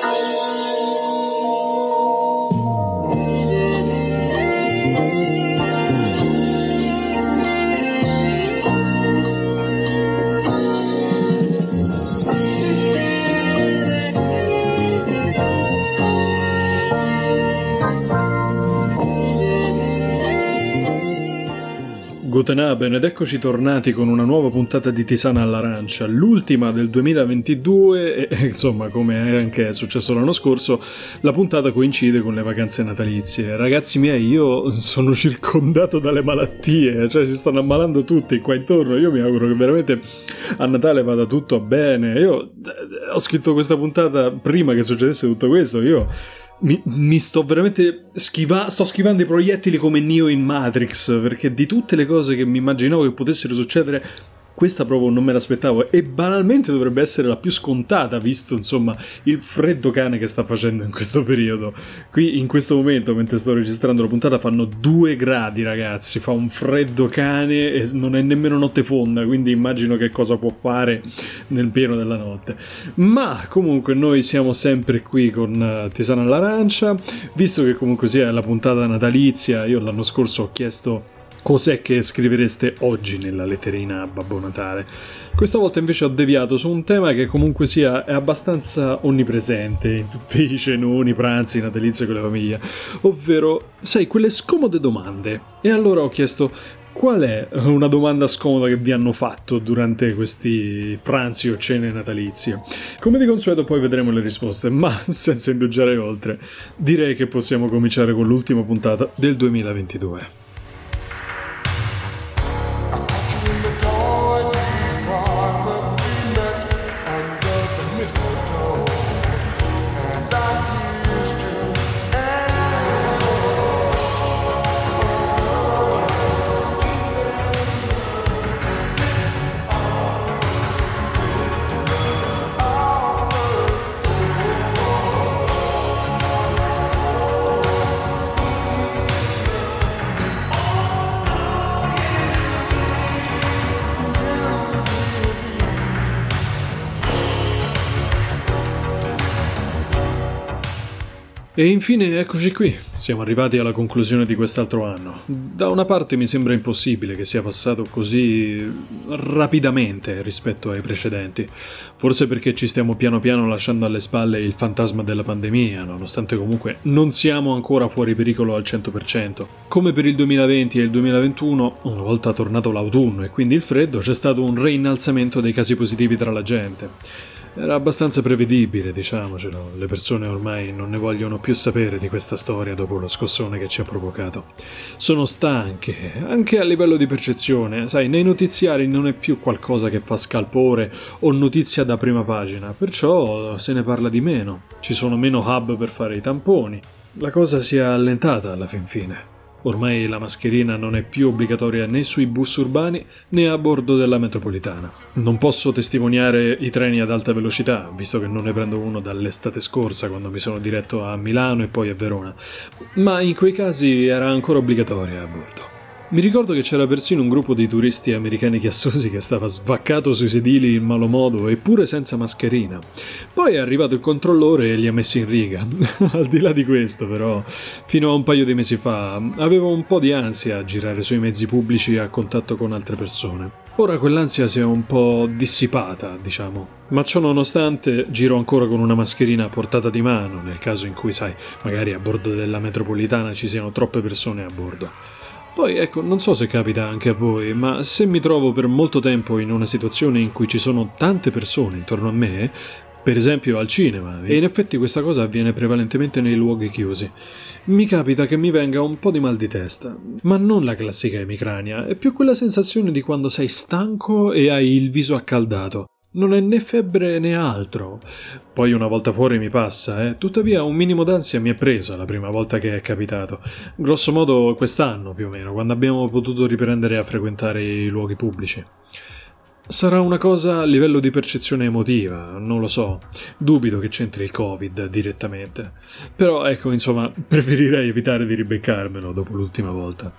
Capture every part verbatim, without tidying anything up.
Guten Abend ed eccoci tornati con una nuova puntata di Tisana all'Arancia, l'ultima del duemilaventidue e insomma, come anche è successo l'anno scorso, la puntata coincide con le vacanze natalizie. Ragazzi miei, io sono circondato dalle malattie, cioè si stanno ammalando tutti qua intorno. Io mi auguro che veramente a Natale vada tutto bene. Io ho scritto questa puntata prima che succedesse tutto questo. Io Mi, mi sto veramente schiva- sto schivando i proiettili come Neo in Matrix, perché di tutte le cose che mi immaginavo che potessero succedere, questa proprio non me l'aspettavo, e banalmente dovrebbe essere la più scontata, visto insomma il freddo cane che sta facendo in questo periodo. Qui in questo momento, mentre sto registrando la puntata, fanno due gradi, ragazzi, fa un freddo cane e non è nemmeno notte fonda, quindi immagino che cosa può fare nel pieno della notte. Ma comunque noi siamo sempre qui con uh, Tisana all'Arancia, visto che comunque sia la puntata natalizia. Io l'anno scorso ho chiesto cos'è che scrivereste oggi nella letterina a Babbo Natale. Questa volta invece ho deviato su un tema che comunque sia è abbastanza onnipresente in tutti i cenoni, pranzi natalizi con le famiglie, ovvero, sai, quelle scomode domande. E allora ho chiesto: qual è una domanda scomoda che vi hanno fatto durante questi pranzi o cene natalizie? Come di consueto poi vedremo le risposte, ma senza indugiare oltre, direi che possiamo cominciare con l'ultima puntata del duemilaventidue. E infine eccoci qui, siamo arrivati alla conclusione di quest'altro anno. Da una parte mi sembra impossibile che sia passato così rapidamente rispetto ai precedenti, forse perché ci stiamo piano piano lasciando alle spalle il fantasma della pandemia, nonostante comunque non siamo ancora fuori pericolo al cento per cento. Come per il duemilaventi e il duemilaventuno, una volta tornato l'autunno e quindi il freddo, c'è stato un reinnalzamento dei casi positivi tra la gente. Era abbastanza prevedibile, diciamocelo, le persone ormai non ne vogliono più sapere di questa storia dopo lo scossone che ci ha provocato. Sono stanche, anche a livello di percezione, sai, nei notiziari non è più qualcosa che fa scalpore o notizia da prima pagina, perciò se ne parla di meno, ci sono meno hub per fare i tamponi, la cosa si è allentata alla fin fine. Ormai la mascherina non è più obbligatoria né sui bus urbani né a bordo della metropolitana. Non posso testimoniare i treni ad alta velocità, visto che non ne prendo uno dall'estate scorsa quando mi sono diretto a Milano e poi a Verona, ma in quei casi era ancora obbligatoria a bordo. Mi ricordo che c'era persino un gruppo di turisti americani chiassosi che stava svaccato sui sedili in malo modo eppure senza mascherina. Poi è arrivato il controllore e li ha messi in riga. Al di là di questo, però, fino a un paio di mesi fa avevo un po' di ansia a girare sui mezzi pubblici a contatto con altre persone. Ora quell'ansia si è un po' dissipata, diciamo, ma ciò nonostante giro ancora con una mascherina a portata di mano nel caso in cui, sai, magari a bordo della metropolitana ci siano troppe persone a bordo. Poi ecco, non so se capita anche a voi, ma se mi trovo per molto tempo in una situazione in cui ci sono tante persone intorno a me, per esempio al cinema, e in effetti questa cosa avviene prevalentemente nei luoghi chiusi, mi capita che mi venga un po' di mal di testa, ma non la classica emicrania, è più quella sensazione di quando sei stanco e hai il viso accaldato. Non è né febbre né altro. Poi una volta fuori mi passa, eh. Tuttavia un minimo d'ansia mi è presa la prima volta che è capitato. Grosso modo quest'anno più o meno, quando abbiamo potuto riprendere a frequentare i luoghi pubblici. Sarà una cosa a livello di percezione emotiva, non lo so. Dubito che c'entri il Covid direttamente. Però ecco, insomma, preferirei evitare di ribeccarmelo dopo l'ultima volta.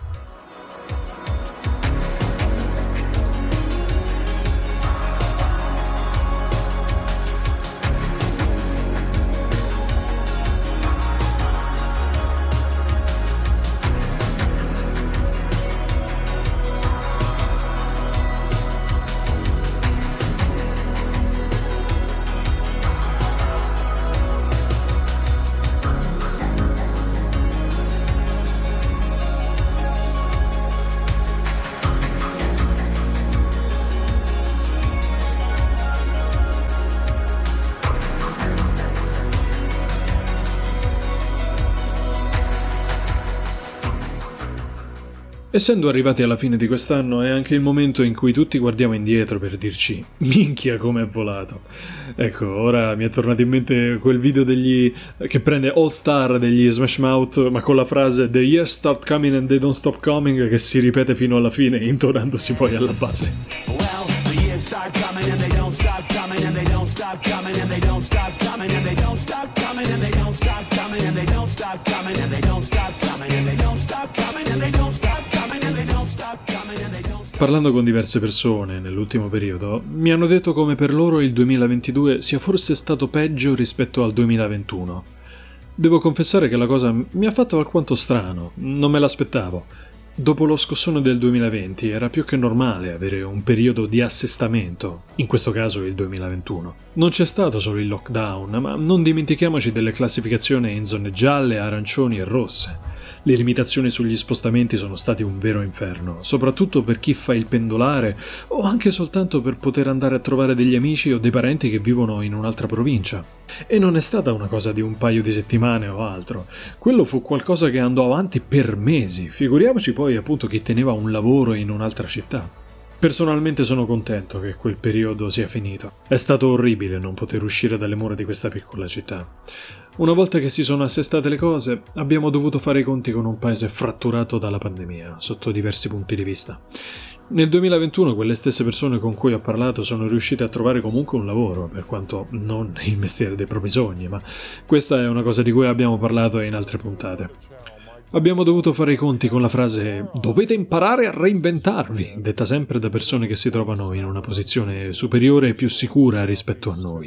Essendo arrivati alla fine di quest'anno è anche il momento in cui tutti guardiamo indietro per dirci minchia come è volato. Ecco, ora mi è tornato in mente quel video degli che prende All Star degli Smash Mouth, ma con la frase The years start coming and they don't stop coming, che si ripete fino alla fine intonandosi poi alla base. Well, the years start coming and they don't stop coming and they don't stop coming and they don't stop coming and they don't stop coming and they don't stop coming and they don't stop coming and they don't stop coming and they don't stop coming and they don't stop coming and they don't stop coming and they don't stop. Parlando con diverse persone nell'ultimo periodo, mi hanno detto come per loro il duemilaventidue sia forse stato peggio rispetto al duemilaventuno. Devo confessare che la cosa mi ha fatto alquanto strano, non me l'aspettavo. Dopo lo scossone del duemilaventi era più che normale avere un periodo di assestamento, in questo caso il duemilaventuno. Non c'è stato solo il lockdown, ma non dimentichiamoci delle classificazioni in zone gialle, arancioni e rosse. Le limitazioni sugli spostamenti sono stati un vero inferno, soprattutto per chi fa il pendolare o anche soltanto per poter andare a trovare degli amici o dei parenti che vivono in un'altra provincia. E non è stata una cosa di un paio di settimane o altro, quello fu qualcosa che andò avanti per mesi, figuriamoci poi appunto chi teneva un lavoro in un'altra città. Personalmente sono contento che quel periodo sia finito. È stato orribile non poter uscire dalle mura di questa piccola città. Una volta che si sono assestate le cose, abbiamo dovuto fare i conti con un paese fratturato dalla pandemia, sotto diversi punti di vista. Nel duemilaventuno quelle stesse persone con cui ho parlato sono riuscite a trovare comunque un lavoro, per quanto non il mestiere dei propri sogni, ma questa è una cosa di cui abbiamo parlato in altre puntate. Abbiamo dovuto fare i conti con la frase «dovete imparare a reinventarvi», detta sempre da persone che si trovano in una posizione superiore e più sicura rispetto a noi.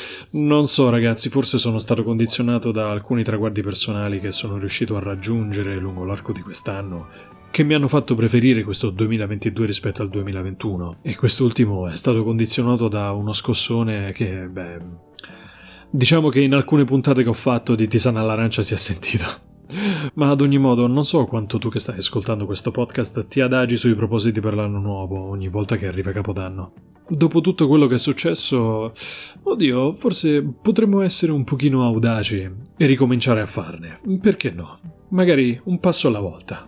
Non so ragazzi, forse sono stato condizionato da alcuni traguardi personali che sono riuscito a raggiungere lungo l'arco di quest'anno, che mi hanno fatto preferire questo duemilaventidue rispetto al duemilaventuno, e quest'ultimo è stato condizionato da uno scossone che, beh, diciamo che in alcune puntate che ho fatto di Tisana all'arancia si è sentito. Ma ad ogni modo, non so quanto tu che stai ascoltando questo podcast ti adagi sui propositi per l'anno nuovo ogni volta che arriva Capodanno. Dopo tutto quello che è successo, oddio, forse potremmo essere un pochino audaci e ricominciare a farne. Perché no? Magari un passo alla volta.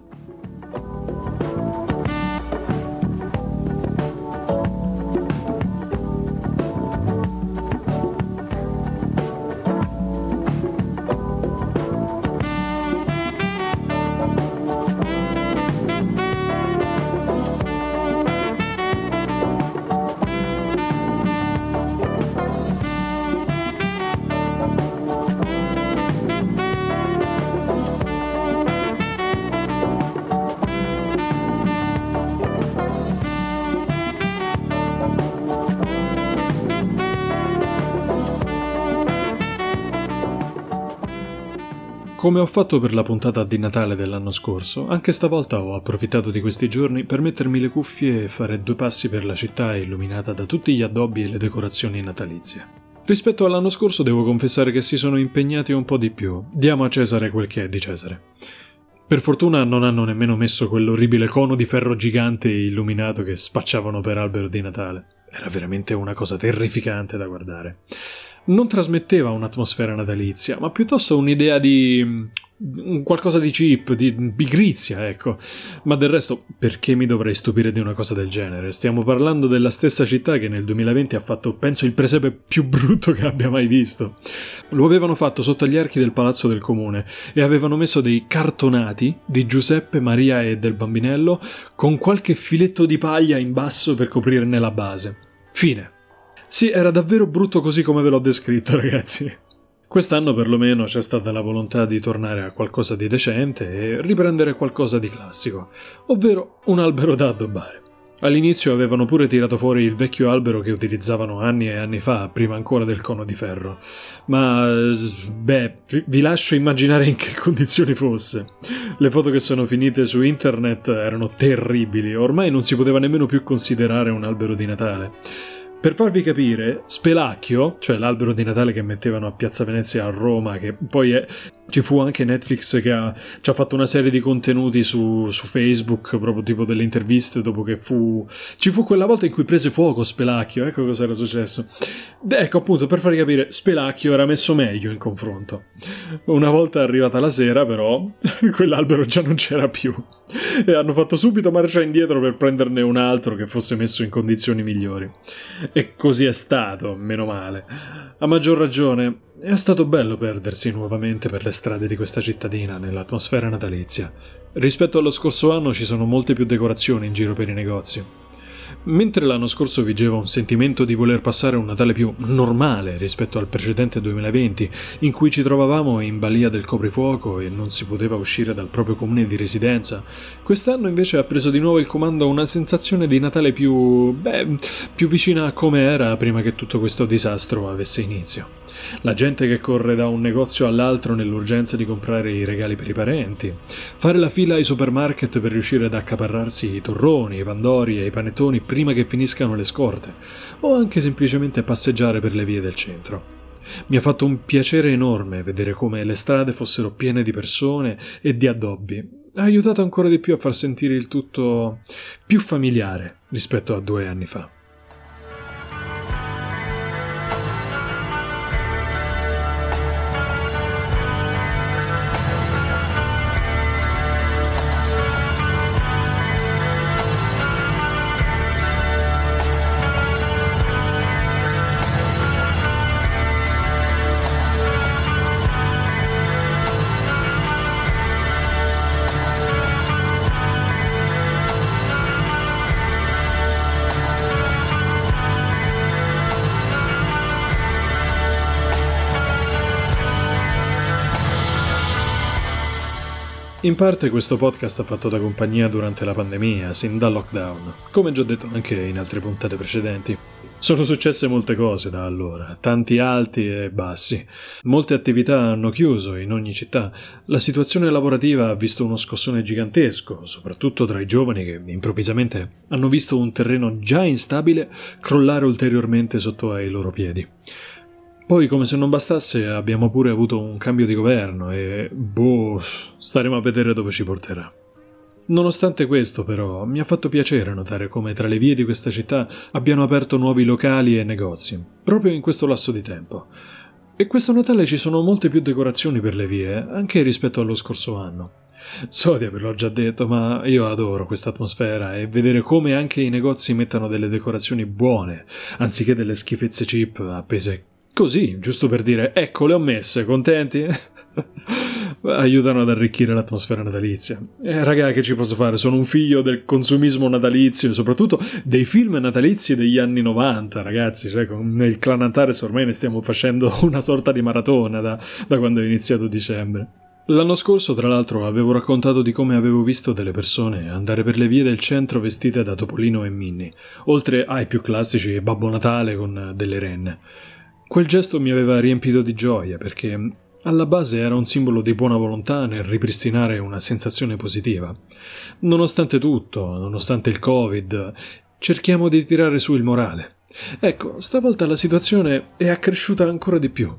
Come ho fatto per la puntata di Natale dell'anno scorso, anche stavolta ho approfittato di questi giorni per mettermi le cuffie e fare due passi per la città illuminata da tutti gli addobbi e le decorazioni natalizie. Rispetto all'anno scorso devo confessare che si sono impegnati un po' di più. Diamo a Cesare quel che è di Cesare. Per fortuna non hanno nemmeno messo quell'orribile cono di ferro gigante illuminato che spacciavano per albero di Natale. Era veramente una cosa terrificante da guardare. Non trasmetteva un'atmosfera natalizia, ma piuttosto un'idea di qualcosa di cheap, di pigrizia, ecco. Ma del resto, perché mi dovrei stupire di una cosa del genere? Stiamo parlando della stessa città che nel duemilaventi ha fatto, penso, il presepe più brutto che abbia mai visto. Lo avevano fatto sotto gli archi del palazzo del comune e avevano messo dei cartonati di Giuseppe, Maria e del bambinello con qualche filetto di paglia in basso per coprirne la base. Fine. Sì, era davvero brutto così come ve l'ho descritto, ragazzi. Quest'anno perlomeno c'è stata la volontà di tornare a qualcosa di decente e riprendere qualcosa di classico, ovvero un albero da addobbare. All'inizio avevano pure tirato fuori il vecchio albero che utilizzavano anni e anni fa, prima ancora del cono di ferro. Ma, beh, vi lascio immaginare in che condizioni fosse. Le foto che sono finite su internet erano terribili, ormai non si poteva nemmeno più considerare un albero di Natale. Per farvi capire, Spelacchio, cioè l'albero di Natale che mettevano a Piazza Venezia a Roma, che poi è Ci fu anche Netflix che ha, ci ha fatto una serie di contenuti su, su Facebook, proprio tipo delle interviste, dopo che fu... Ci fu quella volta in cui prese fuoco Spelacchio, ecco cosa era successo. Ecco, appunto, per farvi capire, Spelacchio era messo meglio in confronto. Una volta arrivata la sera, però, quell'albero già non c'era più. E hanno fatto subito marcia indietro per prenderne un altro che fosse messo in condizioni migliori. E così è stato, meno male. A maggior ragione... È stato bello perdersi nuovamente per le strade di questa cittadina nell'atmosfera natalizia. Rispetto allo scorso anno ci sono molte più decorazioni in giro per i negozi. Mentre l'anno scorso vigeva un sentimento di voler passare un Natale più normale rispetto al precedente duemilaventi, in cui ci trovavamo in balia del coprifuoco e non si poteva uscire dal proprio comune di residenza, quest'anno invece ha preso di nuovo il comando una sensazione di Natale più... beh, più vicina a come era prima che tutto questo disastro avesse inizio. La gente che corre da un negozio all'altro nell'urgenza di comprare i regali per i parenti, fare la fila ai supermarket per riuscire ad accaparrarsi i torroni, i pandori e i panettoni prima che finiscano le scorte, o anche semplicemente passeggiare per le vie del centro. Mi ha fatto un piacere enorme vedere come le strade fossero piene di persone e di addobbi. Ha aiutato ancora di più a far sentire il tutto più familiare rispetto a due anni fa. In parte questo podcast ha fatto da compagnia durante la pandemia, sin dal lockdown, come già detto anche in altre puntate precedenti. Sono successe molte cose da allora, tanti alti e bassi. Molte attività hanno chiuso in ogni città. La situazione lavorativa ha visto uno scossone gigantesco, soprattutto tra i giovani che improvvisamente hanno visto un terreno già instabile crollare ulteriormente sotto ai loro piedi. Poi, come se non bastasse, abbiamo pure avuto un cambio di governo e, boh, staremo a vedere dove ci porterà. Nonostante questo, però, mi ha fatto piacere notare come tra le vie di questa città abbiano aperto nuovi locali e negozi, proprio in questo lasso di tempo. E questo Natale ci sono molte più decorazioni per le vie, anche rispetto allo scorso anno. So di averlo già detto, ma io adoro questa atmosfera e vedere come anche i negozi mettano delle decorazioni buone, anziché delle schifezze cheap appese così, giusto per dire, ecco, le ho messe, contenti? Aiutano ad arricchire l'atmosfera natalizia. Eh, raga, che ci posso fare? Sono un figlio del consumismo natalizio, soprattutto dei film natalizi degli anni novanta, ragazzi. Cioè, con il Clan Antares ormai ne stiamo facendo una sorta di maratona da, da quando è iniziato dicembre. L'anno scorso, tra l'altro, avevo raccontato di come avevo visto delle persone andare per le vie del centro vestite da Topolino e Minnie, oltre ai più classici Babbo Natale con delle renne. Quel gesto mi aveva riempito di gioia perché alla base era un simbolo di buona volontà nel ripristinare una sensazione positiva. Nonostante tutto, nonostante il Covid, cerchiamo di tirare su il morale. Ecco, stavolta la situazione è accresciuta ancora di più.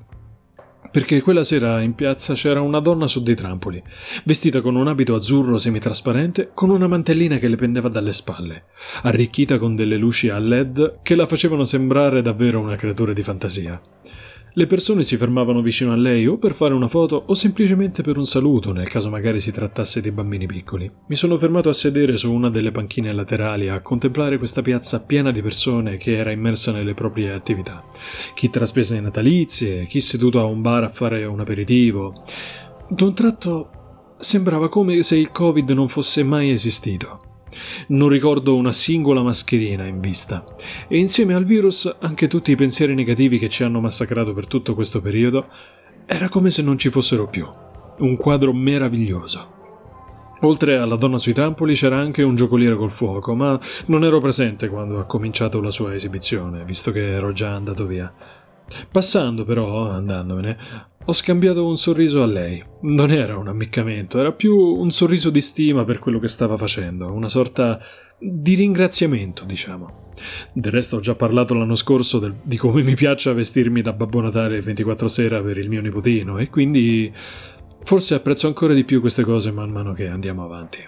Perché quella sera in piazza c'era una donna su dei trampoli, vestita con un abito azzurro semitrasparente con una mantellina che le pendeva dalle spalle, arricchita con delle luci a led che la facevano sembrare davvero una creatura di fantasia. Le persone si fermavano vicino a lei o per fare una foto o semplicemente per un saluto, nel caso magari si trattasse di bambini piccoli. Mi sono fermato a sedere su una delle panchine laterali a contemplare questa piazza piena di persone che era immersa nelle proprie attività. Chi tra spese natalizie, chi seduto a un bar a fare un aperitivo. D'un tratto sembrava come se il Covid non fosse mai esistito. Non ricordo una singola mascherina in vista e insieme al virus anche tutti i pensieri negativi che ci hanno massacrato per tutto questo periodo era come se non ci fossero più. Un quadro meraviglioso. Oltre alla donna sui trampoli c'era anche un giocoliere col fuoco, ma non ero presente quando ha cominciato la sua esibizione, visto che ero già andato via. Passando però, andandomene, ho scambiato un sorriso a lei. Non era un ammiccamento, era più un sorriso di stima per quello che stava facendo, una sorta di ringraziamento, diciamo. Del resto ho già parlato l'anno scorso del, di come mi piaccia vestirmi da Babbo Natale ventiquattro sera per il mio nipotino, e quindi Forse apprezzo ancora di più queste cose man mano che andiamo avanti.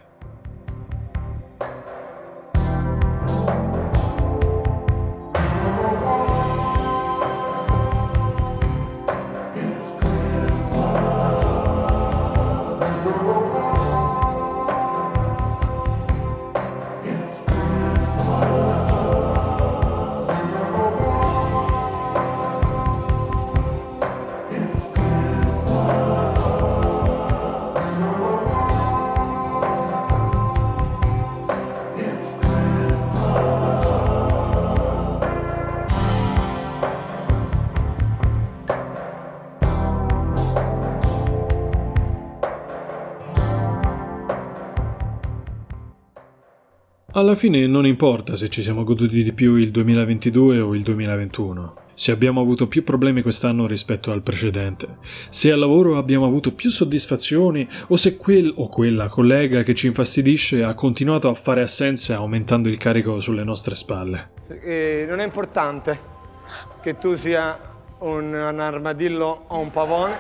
Alla fine non importa se ci siamo goduti di più il duemilaventidue o il duemilaventuno, se abbiamo avuto più problemi quest'anno rispetto al precedente, se al lavoro abbiamo avuto più soddisfazioni o se quel o quella collega che ci infastidisce ha continuato a fare assenze aumentando il carico sulle nostre spalle. E non è importante che tu sia un, un armadillo o un pavone,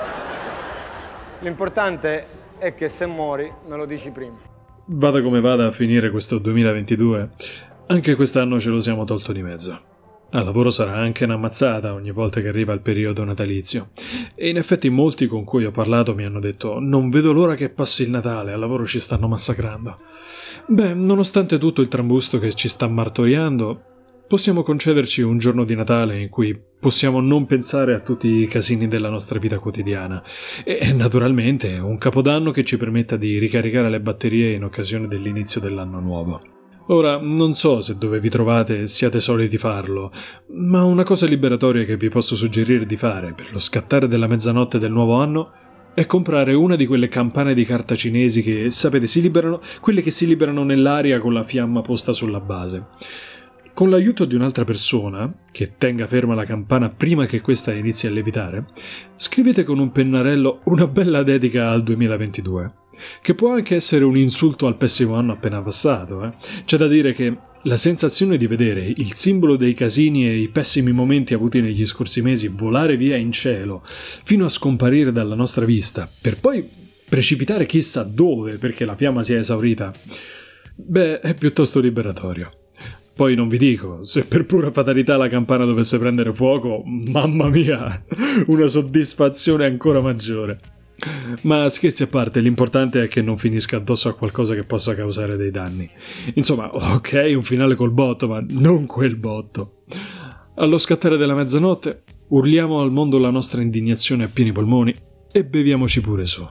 l'importante è che se muori me lo dici prima. Vada come vada a finire questo duemilaventidue, anche quest'anno ce lo siamo tolto di mezzo. Al lavoro sarà anche un'ammazzata ogni volta che arriva il periodo natalizio. E in effetti molti con cui ho parlato mi hanno detto non vedo l'ora che passi il Natale, al lavoro ci stanno massacrando. Beh, nonostante tutto il trambusto che ci sta martoriando, possiamo concederci un giorno di Natale in cui possiamo non pensare a tutti i casini della nostra vita quotidiana e naturalmente un Capodanno che ci permetta di ricaricare le batterie in occasione dell'inizio dell'anno nuovo. Ora, non so se dove vi trovate siate soliti farlo, ma una cosa liberatoria che vi posso suggerire di fare per lo scattare della mezzanotte del nuovo anno è comprare una di quelle campane di carta cinesi che, sapete, si liberano, quelle che si liberano nell'aria con la fiamma posta sulla base. Con l'aiuto di un'altra persona, che tenga ferma la campana prima che questa inizi a levitare, scrivete con un pennarello una bella dedica al duemilaventidue, che può anche essere un insulto al pessimo anno appena passato. Eh? C'è da dire che la sensazione di vedere il simbolo dei casini e i pessimi momenti avuti negli scorsi mesi volare via in cielo, fino a scomparire dalla nostra vista, per poi precipitare chissà dove perché la fiamma si è esaurita, beh, è piuttosto liberatorio. Poi non vi dico, se per pura fatalità la campana dovesse prendere fuoco, mamma mia, una soddisfazione ancora maggiore. Ma scherzi a parte, l'importante è che non finisca addosso a qualcosa che possa causare dei danni. Insomma, ok, un finale col botto, ma non quel botto. Allo scattare della mezzanotte, urliamo al mondo la nostra indignazione a pieni polmoni e beviamoci pure su.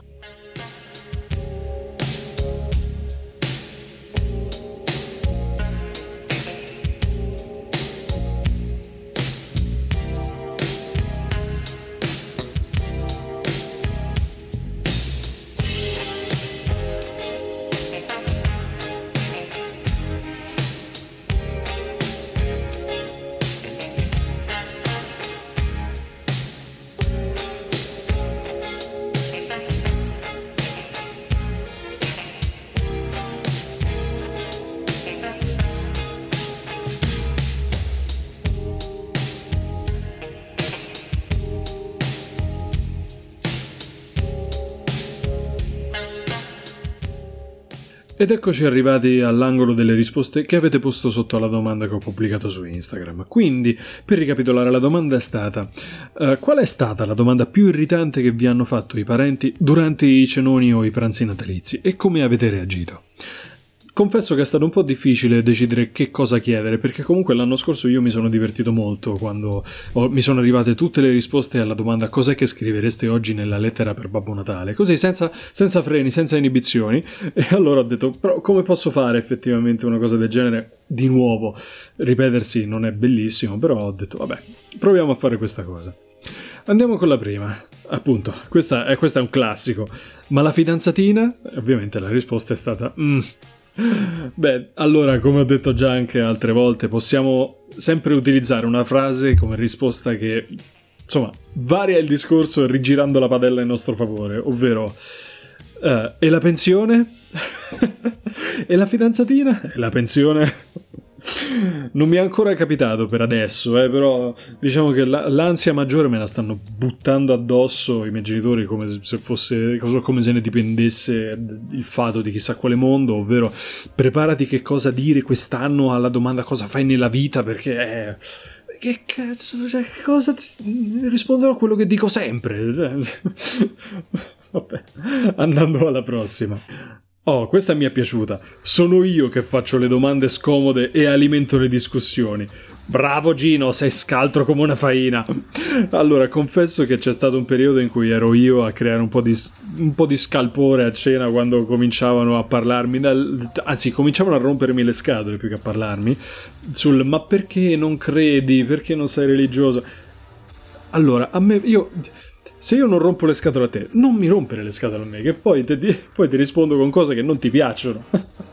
Ed eccoci arrivati all'angolo delle risposte che avete posto sotto alla domanda che ho pubblicato su Instagram. Quindi, per ricapitolare, la domanda è stata uh, qual è stata la domanda più irritante che vi hanno fatto i parenti durante i cenoni o i pranzi natalizi e come avete reagito? Confesso che è stato un po' difficile decidere che cosa chiedere, perché comunque l'anno scorso io mi sono divertito molto quando ho, mi sono arrivate tutte le risposte alla domanda cos'è che scrivereste oggi nella lettera per Babbo Natale, così senza, senza freni, senza inibizioni, e allora ho detto, però come posso fare effettivamente una cosa del genere? Di nuovo, ripetersi non è bellissimo, però ho detto, vabbè, proviamo a fare questa cosa. Andiamo con la prima, appunto, questa è, questa è un classico, ma la fidanzatina? Ovviamente la risposta è stata... Mm. Beh, allora, come ho detto già anche altre volte, possiamo sempre utilizzare una frase come risposta che, insomma, varia il discorso rigirando la padella in nostro favore, ovvero uh, e la pensione? E la fidanzatina? E la pensione? Non mi è ancora capitato per adesso, eh, però diciamo che la, l'ansia maggiore me la stanno buttando addosso i miei genitori come se fosse, come se ne dipendesse il fato di chissà quale mondo, ovvero preparati che cosa dire quest'anno alla domanda cosa fai nella vita, perché eh, che cazzo, cioè, cosa risponderò a quello che dico sempre. Cioè, vabbè, andando alla prossima. Oh, questa mi è piaciuta. Sono io che faccio le domande scomode e alimento le discussioni. Bravo Gino, sei scaltro come una faina. Allora, confesso che c'è stato un periodo in cui ero io a creare un po' di, un po' di scalpore a cena quando cominciavano a parlarmi, dal, anzi cominciavano a rompermi le scatole più che a parlarmi, sul ma perché non credi, perché non sei religioso. Allora, a me, io... se io non rompo le scatole a te, non mi rompere le scatole a me, che poi ti, poi ti rispondo con cose che non ti piacciono.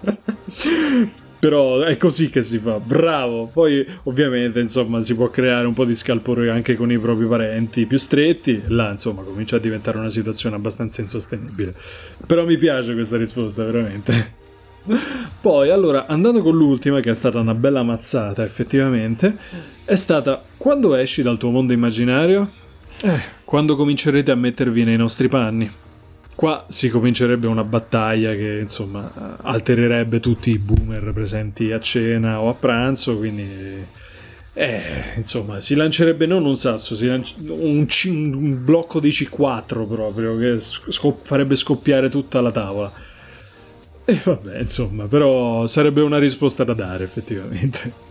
Però è così che si fa, bravo. Poi ovviamente insomma si può creare un po' di scalpore anche con i propri parenti più stretti. Là insomma comincia a diventare una situazione abbastanza insostenibile. Però mi piace questa risposta, veramente. Poi allora, andando con l'ultima, che è stata una bella mazzata effettivamente, è stata: quando esci dal tuo mondo immaginario? Eh, quando comincerete a mettervi nei nostri panni. Qua si comincerebbe una battaglia che insomma altererebbe tutti i boomer presenti a cena o a pranzo, quindi eh, insomma si lancerebbe non un sasso, si lance, un, C, un blocco di C quattro proprio che scop- farebbe scoppiare tutta la tavola. E vabbè, insomma, però sarebbe una risposta da dare effettivamente.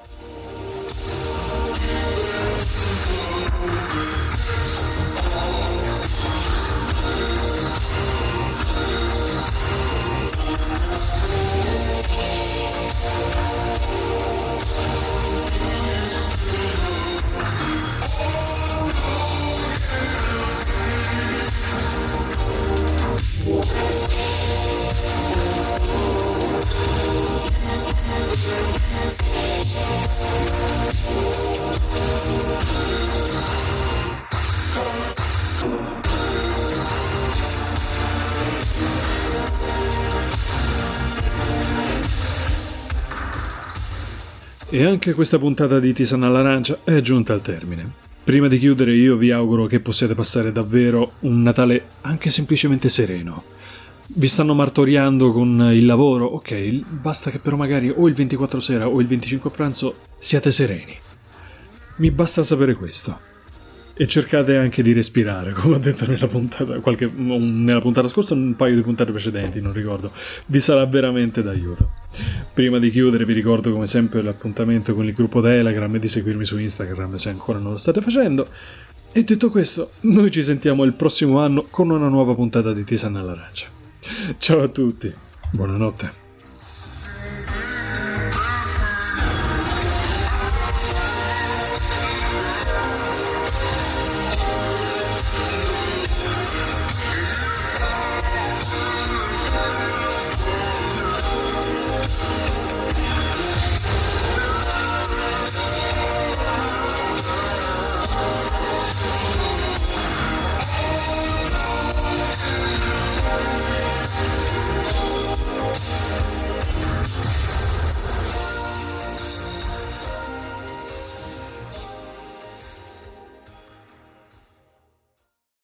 E anche questa puntata di Tisana all'Arancia è giunta al termine. Prima di chiudere io vi auguro che possiate passare davvero un Natale anche semplicemente sereno. Vi stanno martoriando con il lavoro? Ok, basta che però magari o il ventiquattro sera o il venticinque a pranzo siate sereni. Mi basta sapere questo. E cercate anche di respirare, come ho detto nella puntata, qualche, nella puntata scorsa, un paio di puntate precedenti, non ricordo. Vi sarà veramente d'aiuto. Prima di chiudere vi ricordo come sempre l'appuntamento con il gruppo Telegram e di seguirmi su Instagram se ancora non lo state facendo. E detto questo, noi ci sentiamo il prossimo anno con una nuova puntata di Tisana all'Arancia. Ciao a tutti, buonanotte.